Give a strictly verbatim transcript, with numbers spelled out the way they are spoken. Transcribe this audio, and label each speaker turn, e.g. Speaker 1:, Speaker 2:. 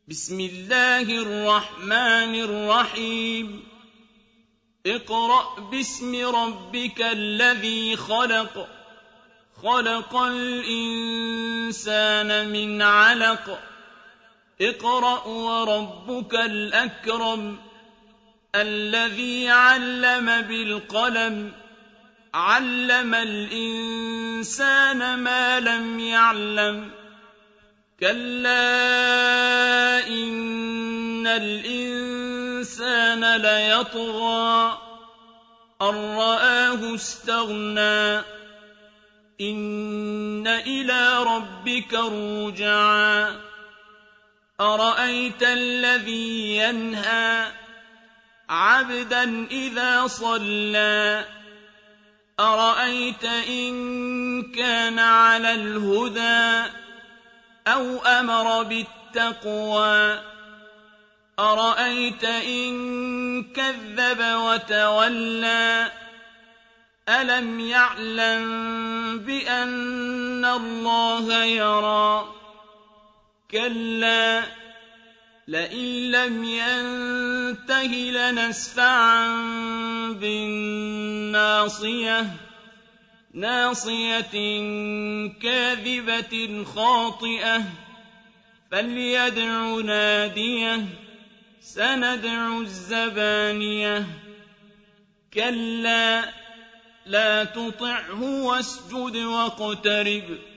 Speaker 1: بسم الله الرحمن الرحيم اقرأ باسم ربك الذي خلق خلق الإنسان من علق اقرأ وربك الأكرم الذي علم بالقلم علم الإنسان ما لم يعلم كلا إن الإنسان ليطغى أن رآه استغنى إن إلى ربك الرجعى أرأيت الذي ينهى عبدا إذا صلى أرأيت إن كان على الهدى أو أمر بالتقوى أرأيت إن كذب وتولى ألم يعلم بأن الله يرى كلا لئن لم ينته لنسفعا بالناصية ناصية كاذبة خاطئة فليدع ناديه سندع الزبانية كلا لا تطعه واسجد واقترب